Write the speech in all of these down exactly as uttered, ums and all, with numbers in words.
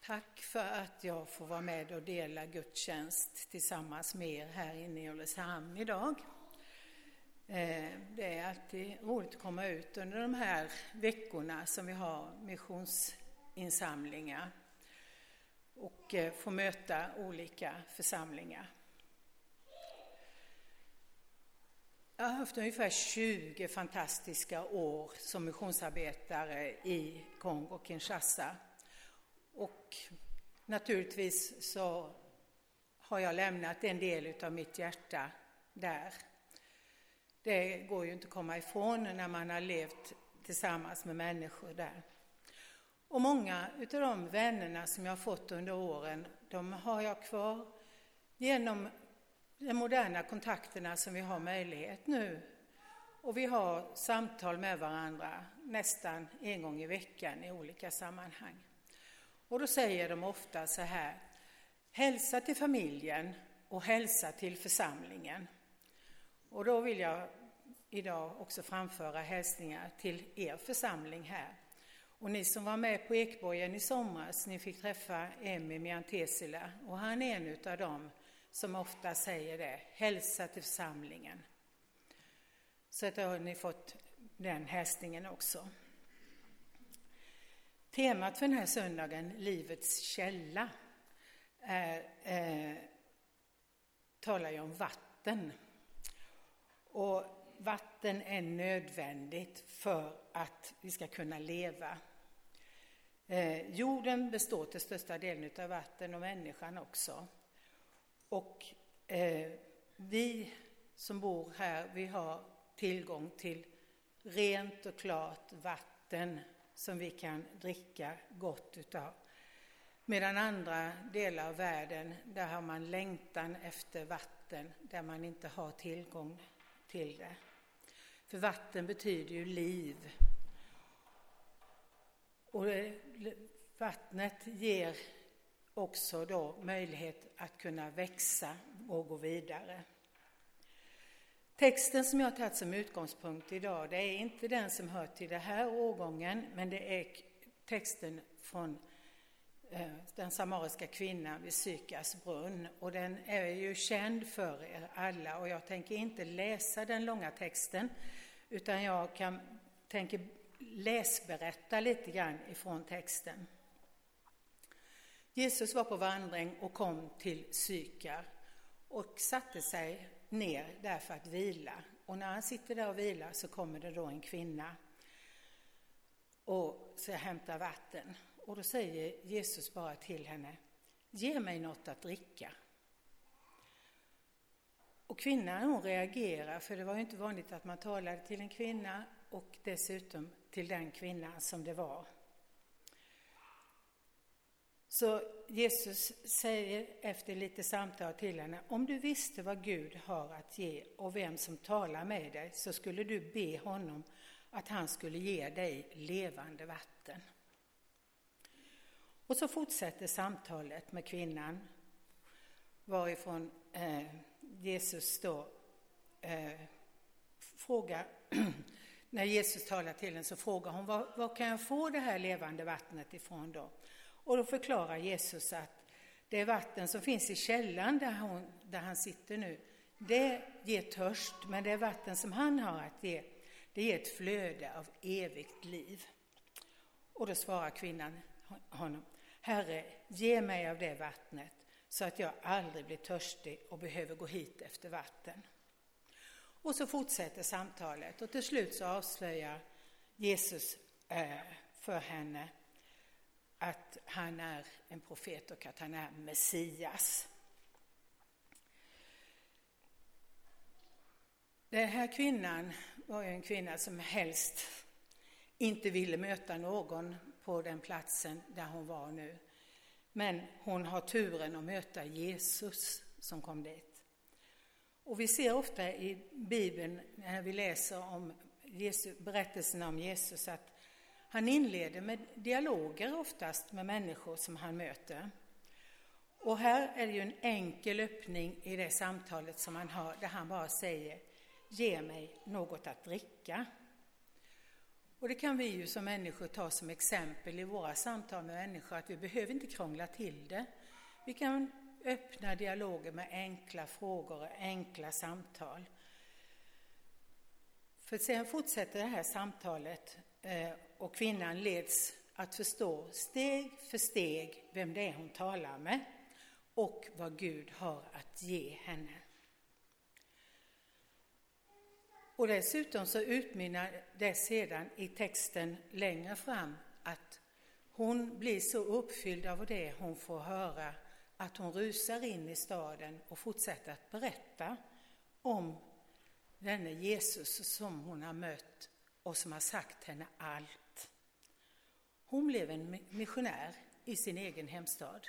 Tack för att jag får vara med och dela gudstjänst tillsammans med er här inne i Ulricehamn idag. Det är alltid roligt att komma ut under de här veckorna som vi har missionsinsamlingar och få möta olika församlingar. Jag har haft ungefär tjugo fantastiska år som missionsarbetare i Kongo-Kinshasa. Och naturligtvis så har jag lämnat en del av mitt hjärta där. Det går ju inte att komma ifrån när man har levt tillsammans med människor där. Och många av de vännerna som jag har fått under åren, de har jag kvar genom de moderna kontakterna som vi har möjlighet nu. Och vi har samtal med varandra nästan en gång i veckan i olika sammanhang. Och då säger de ofta så här: hälsa till familjen och hälsa till församlingen. Och då vill jag idag också framföra hälsningar till er församling här. Och ni som var med på Ekborgen i somras, ni fick träffa Emmy Miantesila. Och han är en av dem som ofta säger det: hälsa till församlingen. Så då har ni fått den hälsningen också. Temat för den här söndagen, livets källa, är, eh, talar ju om vatten. Och vatten är nödvändigt för att vi ska kunna leva. Eh, jorden består till största delen av vatten och människan också. Och eh, vi som bor här, vi har tillgång till rent och klart vatten som vi kan dricka gott utav. Medan andra delar av världen, där har man längtan efter vatten, där man inte har tillgång till det. För vatten betyder ju liv. Och det, vattnet ger också då möjlighet att kunna växa och gå vidare. Texten som jag har tagit som utgångspunkt idag, det är inte den som hör till det här årgången, men det är texten från eh, den samariska kvinnan vid Sykars brunn. Och den är ju känd för er alla, och jag tänker inte läsa den långa texten, utan jag kan, tänker läsberätta lite grann ifrån texten. Jesus var på vandring och kom till Sykar och satte sig ner där för att vila. Och när han sitter där och vilar så kommer det då en kvinna och så hämtar vatten. Och då säger Jesus bara till henne: ge mig något att dricka. Och kvinnan, hon reagerar, för det var ju inte vanligt att man talade till en kvinna, och dessutom till den kvinnan som det var. Så Jesus säger efter lite samtal till henne: om du visste vad Gud har att ge och vem som talar med dig, så skulle du be honom att han skulle ge dig levande vatten. Och så fortsätter samtalet med kvinnan, varifrån eh, Jesus då eh, frågar, när Jesus talar till henne så frågar hon: var, var kan jag få det här levande vattnet ifrån då? Och då förklarar Jesus att det vatten som finns i källan där, hon, där han sitter nu, det ger törst, men det vatten som han har att ge, det ger ett flöde av evigt liv. Och då svarar kvinnan honom: Herre, ge mig av det vattnet så att jag aldrig blir törstig och behöver gå hit efter vatten. Och så fortsätter samtalet, och till slut så avslöjar Jesus eh, för henne att han är en profet och att han är Messias. Den här kvinnan var en kvinna som helst inte ville möta någon på den platsen där hon var nu. Men hon har turen att möta Jesus som kom dit. Och vi ser ofta i Bibeln, när vi läser om Jesus, berättelsen om Jesus, att han inleder med dialoger oftast med människor som han möter. Och här är det ju en enkel öppning i det samtalet som han har, där han bara säger: ge mig något att dricka. Och det kan vi ju som människor ta som exempel i våra samtal med människor, att vi behöver inte krångla till det. Vi kan öppna dialoger med enkla frågor och enkla samtal. För sen fortsätter det här samtalet och kvinnan leds att förstå steg för steg vem det är hon talar med och vad Gud har att ge henne. Och dessutom så utmynnar det sedan i texten längre fram att hon blir så uppfylld av det hon får höra att hon rusar in i staden och fortsätter att berätta om denne Jesus som hon har mött och som har sagt henne allt. Hon blev en missionär i sin egen hemstad.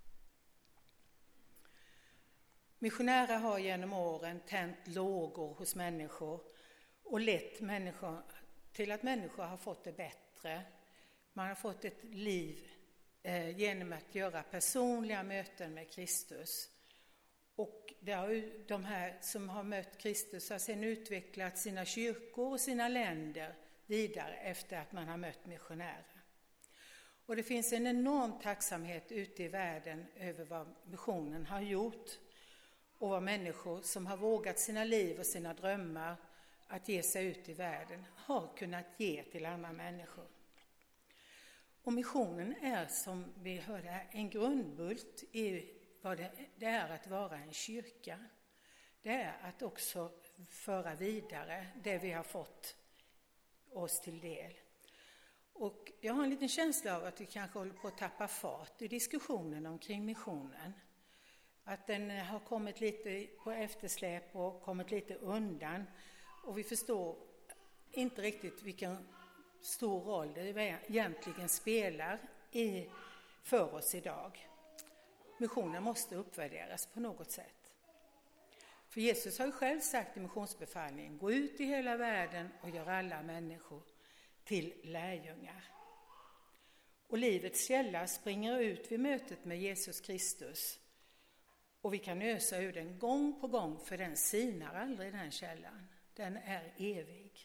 Missionärer har genom åren tänt lågor hos människor och lett människor till att människor har fått det bättre. Man har fått ett liv eh, genom att göra personliga möten med Kristus. Och det har, de här som har mött Kristus har sedan utvecklat sina kyrkor och sina länder vidare efter att man har mött missionärer. Och det finns en enorm tacksamhet ute i världen över vad missionen har gjort och vad människor som har vågat sina liv och sina drömmar att ge sig ut i världen har kunnat ge till andra människor. Och missionen är, som vi hörde, en grundbult i vad det, det är att vara en kyrka. Det är att också föra vidare det vi har fått oss till del. Och jag har en liten känsla av att vi kanske håller på att tappa fart i diskussionen omkring missionen. Att den har kommit lite på eftersläp och kommit lite undan. Och vi förstår inte riktigt vilken stor roll det egentligen spelar i, för oss idag. Missionen måste uppvärderas på något sätt. För Jesus har ju själv sagt i missionsbefallningen: gå ut i hela världen och gör alla människor till lärjungar. Och livets källa springer ut vid mötet med Jesus Kristus. Och vi kan ösa ur den gång på gång, för den sinar aldrig, den källan. Den är evig.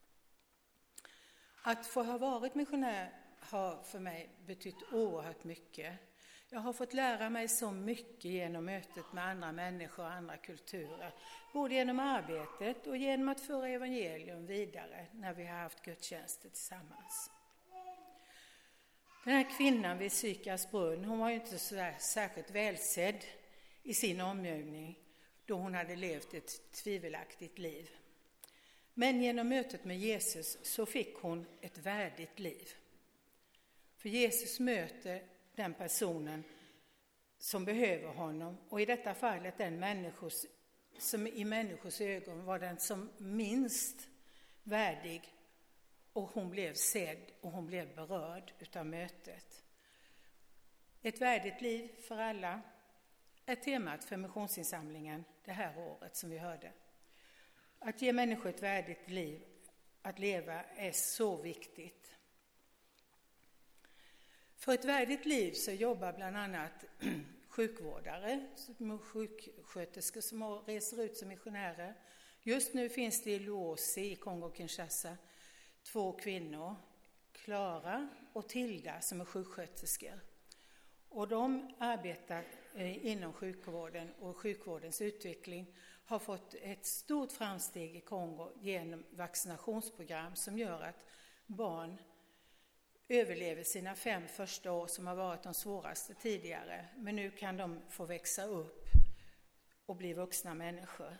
Att få ha varit missionär har för mig betytt oerhört mycket. Jag har fått lära mig så mycket genom mötet med andra människor och andra kulturer. Både genom arbetet och genom att föra evangelium vidare när vi har haft gudstjänster tillsammans. Den här kvinnan vid Sykars brunn, hon var ju inte så särskilt välsedd i sin omgivning då hon hade levt ett tvivelaktigt liv. Men genom mötet med Jesus så fick hon ett värdigt liv. För Jesus möter den personen som behöver honom, och i detta fallet den människos, som i människors ögon var den som minst värdig, och hon blev sedd och hon blev berörd utav mötet. Ett värdigt liv för alla är temat för missionsinsamlingen det här året som vi hörde. Att ge människor ett värdigt liv att leva är så viktigt. För ett värdigt liv så jobbar bland annat sjukvårdare, sjuksköterskor som reser ut som missionärer. Just nu finns det i Luosi i Kongo-Kinshasa två kvinnor, Klara och Tilda, som är sjuksköterskor. Och de arbetar inom sjukvården, och sjukvårdens utveckling har fått ett stort framsteg i Kongo genom vaccinationsprogram som gör att barn överlever sina fem första år, som har varit de svåraste tidigare. Men nu kan de få växa upp och bli vuxna människor.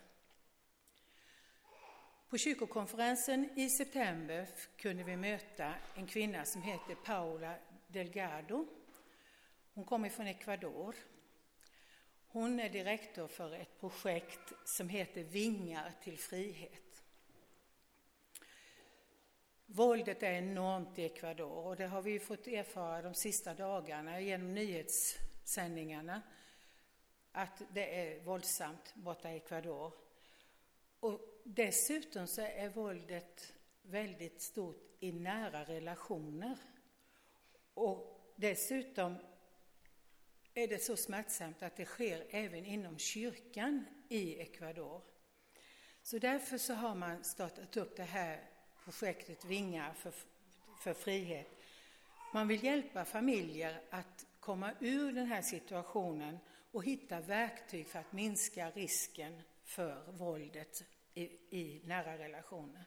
På kyrkokonferensen i september kunde vi möta en kvinna som heter Paula Delgado. Hon kommer från Ecuador. Hon är direktor för ett projekt som heter Vingar till frihet. Våldet är enormt i Ecuador, och det har vi fått erfara de sista dagarna genom nyhetssändningarna, att det är våldsamt borta i Ecuador. Och dessutom så är våldet väldigt stort i nära relationer. Och dessutom är det så smärtsamt att det sker även inom kyrkan i Ecuador. Så därför så har man startat upp det här projektet Vingar för, för frihet. Man vill hjälpa familjer att komma ur den här situationen och hitta verktyg för att minska risken för våldet i, i nära relationer.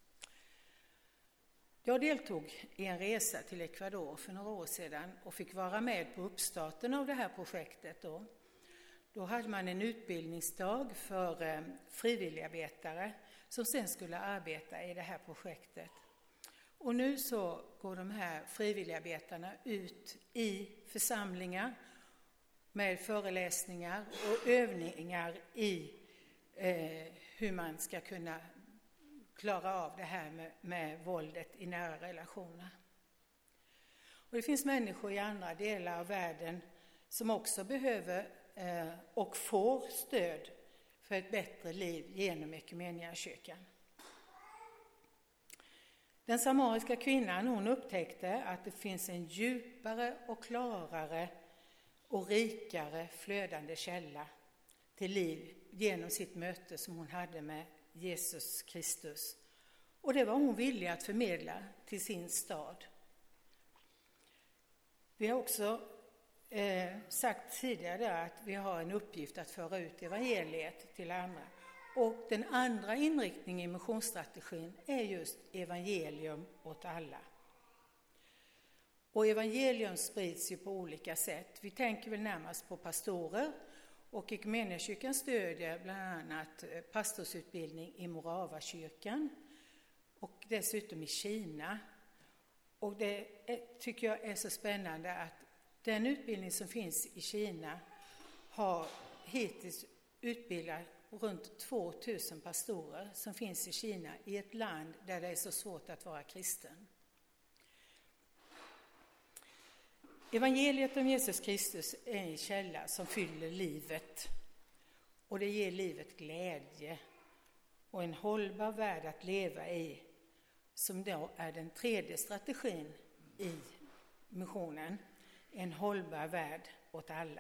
Jag deltog i en resa till Ecuador för några år sedan och fick vara med på uppstarten av det här projektet. Då, då hade man en utbildningsdag för eh, frivilligarbetare som sen skulle arbeta i det här projektet. Och nu så går de här frivilligarbetarna ut i församlingar med föreläsningar och övningar i eh, hur man ska kunna klara av det här med, med våldet i nära relationer. Och det finns människor i andra delar av världen som också behöver eh, och får stöd för ett bättre liv genom Equmeniakyrkan. Den samariska kvinnan, hon upptäckte att det finns en djupare och klarare och rikare flödande källa till liv genom sitt möte som hon hade med Jesus Kristus. Och det var hon villig att förmedla till sin stad. Vi har också eh, sagt tidigare att vi har en uppgift att föra ut evangeliet till andra. Och den andra inriktningen i missionsstrategin är just evangelium åt alla. Och evangelium sprids ju på olika sätt. Vi tänker väl närmast på pastorer. Och Equmeniakyrkan stödjer bland annat pastorsutbildning i Moravakyrkan och dessutom i Kina. Och det är, tycker jag är så spännande att den utbildning som finns i Kina har hittills utbildat runt tvåtusen pastorer som finns i Kina i ett land där det är så svårt att vara kristen. Evangeliet om Jesus Kristus är en källa som fyller livet och det ger livet glädje och en hållbar värld att leva i, som då är den tredje strategin i missionen, en hållbar värld åt alla.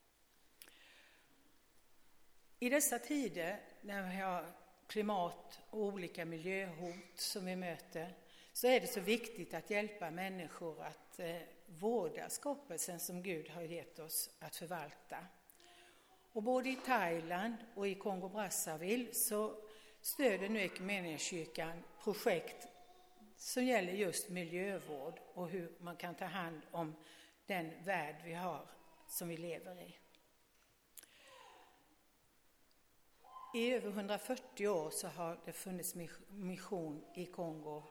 I dessa tider när vi har klimat och olika miljöhot som vi möter så är det så viktigt att hjälpa människor att eh, vårda skapelsen som Gud har gett oss att förvalta. Och både i Thailand och i Kongo-Brazzaville så stöder nu Equmeniakyrkan projekt som gäller just miljövård och hur man kan ta hand om den värld vi har som vi lever i. I över hundrafyrtio år så har det funnits mission i Kongo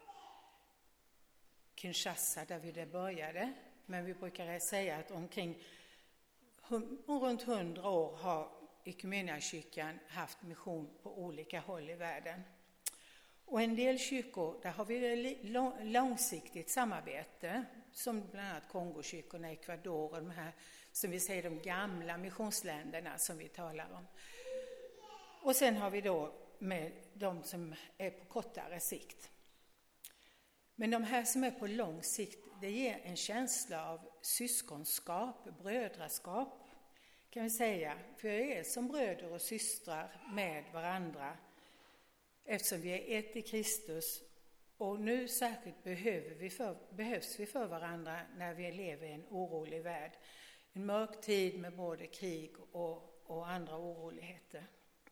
Kinshasa där vi det började, men vi brukar säga att omkring runt hundra år har Equmeniakyrkan haft mission på olika håll i världen. Och en del kyrkor, där har vi långsiktigt samarbete, som bland annat Kongokyrkorna, Ecuador och de här, som vi säger, de gamla missionsländerna som vi talar om. Och sen har vi då med de som är på kortare sikt. Men de här som är på lång sikt, det ger en känsla av syskonskap, brödraskap kan vi säga. För vi är som bröder och systrar med varandra eftersom vi är ett i Kristus. Och nu särskilt behöver vi för, behövs vi för varandra när vi lever i en orolig värld. En mörk tid med både krig och, och andra oroligheter.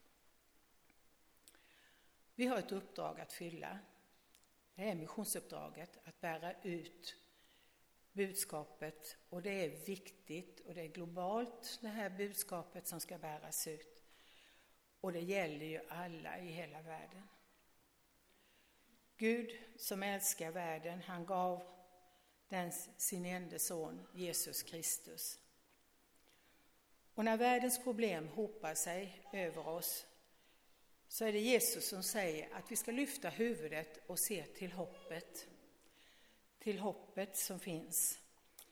Vi har ett uppdrag att fylla. Det är missionsuppdraget att bära ut budskapet, och det är viktigt och det är globalt, det här budskapet som ska bäras ut. Och det gäller ju alla i hela världen. Gud som älskar världen, han gav den sin enda son, Jesus Kristus. Och när världens problem hopar sig över oss så är det Jesus som säger att vi ska lyfta huvudet och se till hoppet. Till hoppet som finns.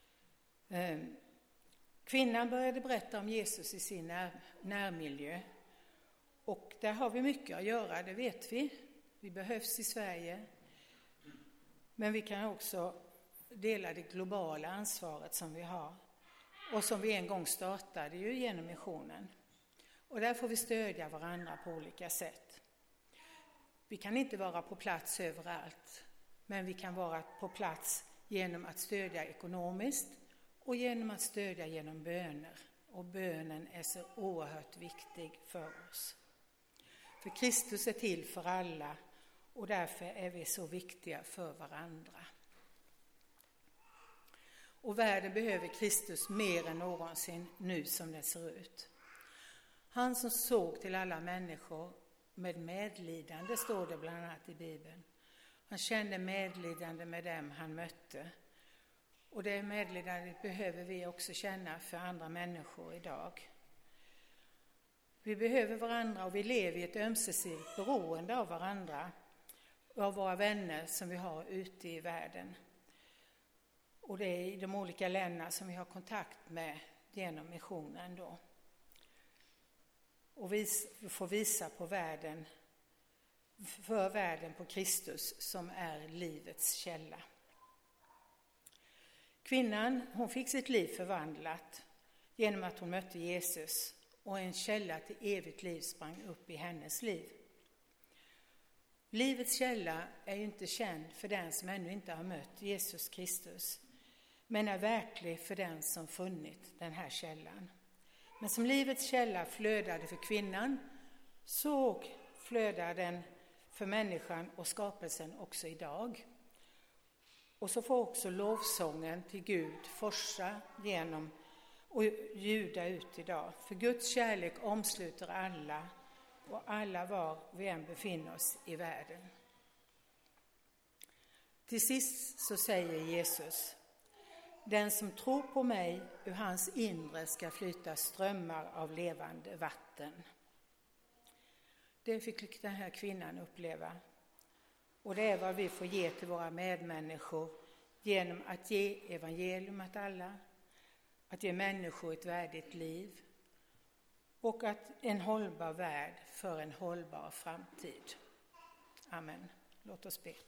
Kvinnan började berätta om Jesus i sin när, närmiljö. Och där har vi mycket att göra, det vet vi. Vi behövs i Sverige. Men vi kan också dela det globala ansvaret som vi har. Och som vi en gång startade ju genom missionen. Och där får vi stödja varandra på olika sätt. Vi kan inte vara på plats överallt, men vi kan vara på plats genom att stödja ekonomiskt och genom att stödja genom böner. Och bönen är så oerhört viktig för oss. För Kristus är till för alla och därför är vi så viktiga för varandra. Och världen behöver Kristus mer än någonsin nu som det ser ut. Han som såg till alla människor med medlidande, står det bland annat i Bibeln. Han kände medlidande med dem han mötte. Och det medlidandet behöver vi också känna för andra människor idag. Vi behöver varandra och vi lever i ett ömsesidigt beroende av varandra och av våra vänner som vi har ute i världen. Och det är i de olika länderna som vi har kontakt med genom missionen då. Och vi får visa på världen, för världen på Kristus som är livets källa. Kvinnan, hon fick sitt liv förvandlat genom att hon mötte Jesus och en källa till evigt liv sprang upp i hennes liv. Livets källa är ju inte känd för den som ännu inte har mött Jesus Kristus, men är verklig för den som funnit den här källan. Men som livets källa flödade för kvinnan, så flödar den för människan och skapelsen också idag. Och så får också lovsången till Gud forsa genom och ljuda ut idag. För Guds kärlek omsluter alla och alla var vi än befinner oss i världen. Till sist så säger Jesus: den som tror på mig, ur hans inre ska flyta strömmar av levande vatten. Det fick den här kvinnan uppleva. Och det är vad vi får ge till våra medmänniskor genom att ge evangelium åt alla, att ge människor ett värdigt liv och att en hållbar värld för en hållbar framtid. Amen. Låt oss be.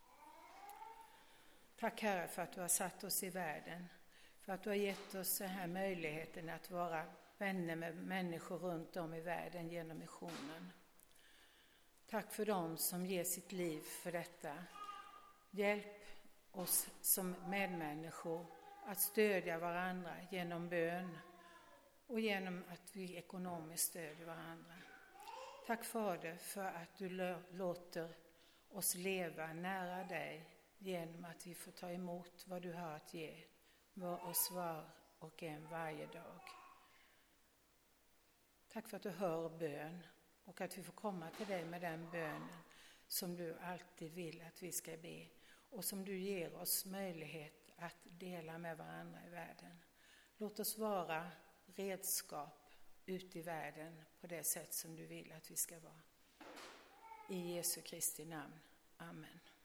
Tack Herre för att du har satt oss i världen, för att du har gett oss den här möjligheten att vara vänner med människor runt om i världen genom missionen. Tack för dem som ger sitt liv för detta. Hjälp oss som medmänniskor att stödja varandra genom bön och genom att vi ekonomiskt stödjer varandra. Tack Fader för att du låter oss leva nära dig genom att vi får ta emot vad du har att ge oss var och en varje dag. Tack för att du hör bön och att vi får komma till dig med den bönen som du alltid vill att vi ska be och som du ger oss möjlighet att dela med varandra i världen. Låt oss vara redskap ut i världen på det sätt som du vill att vi ska vara. I Jesu Kristi namn. Amen.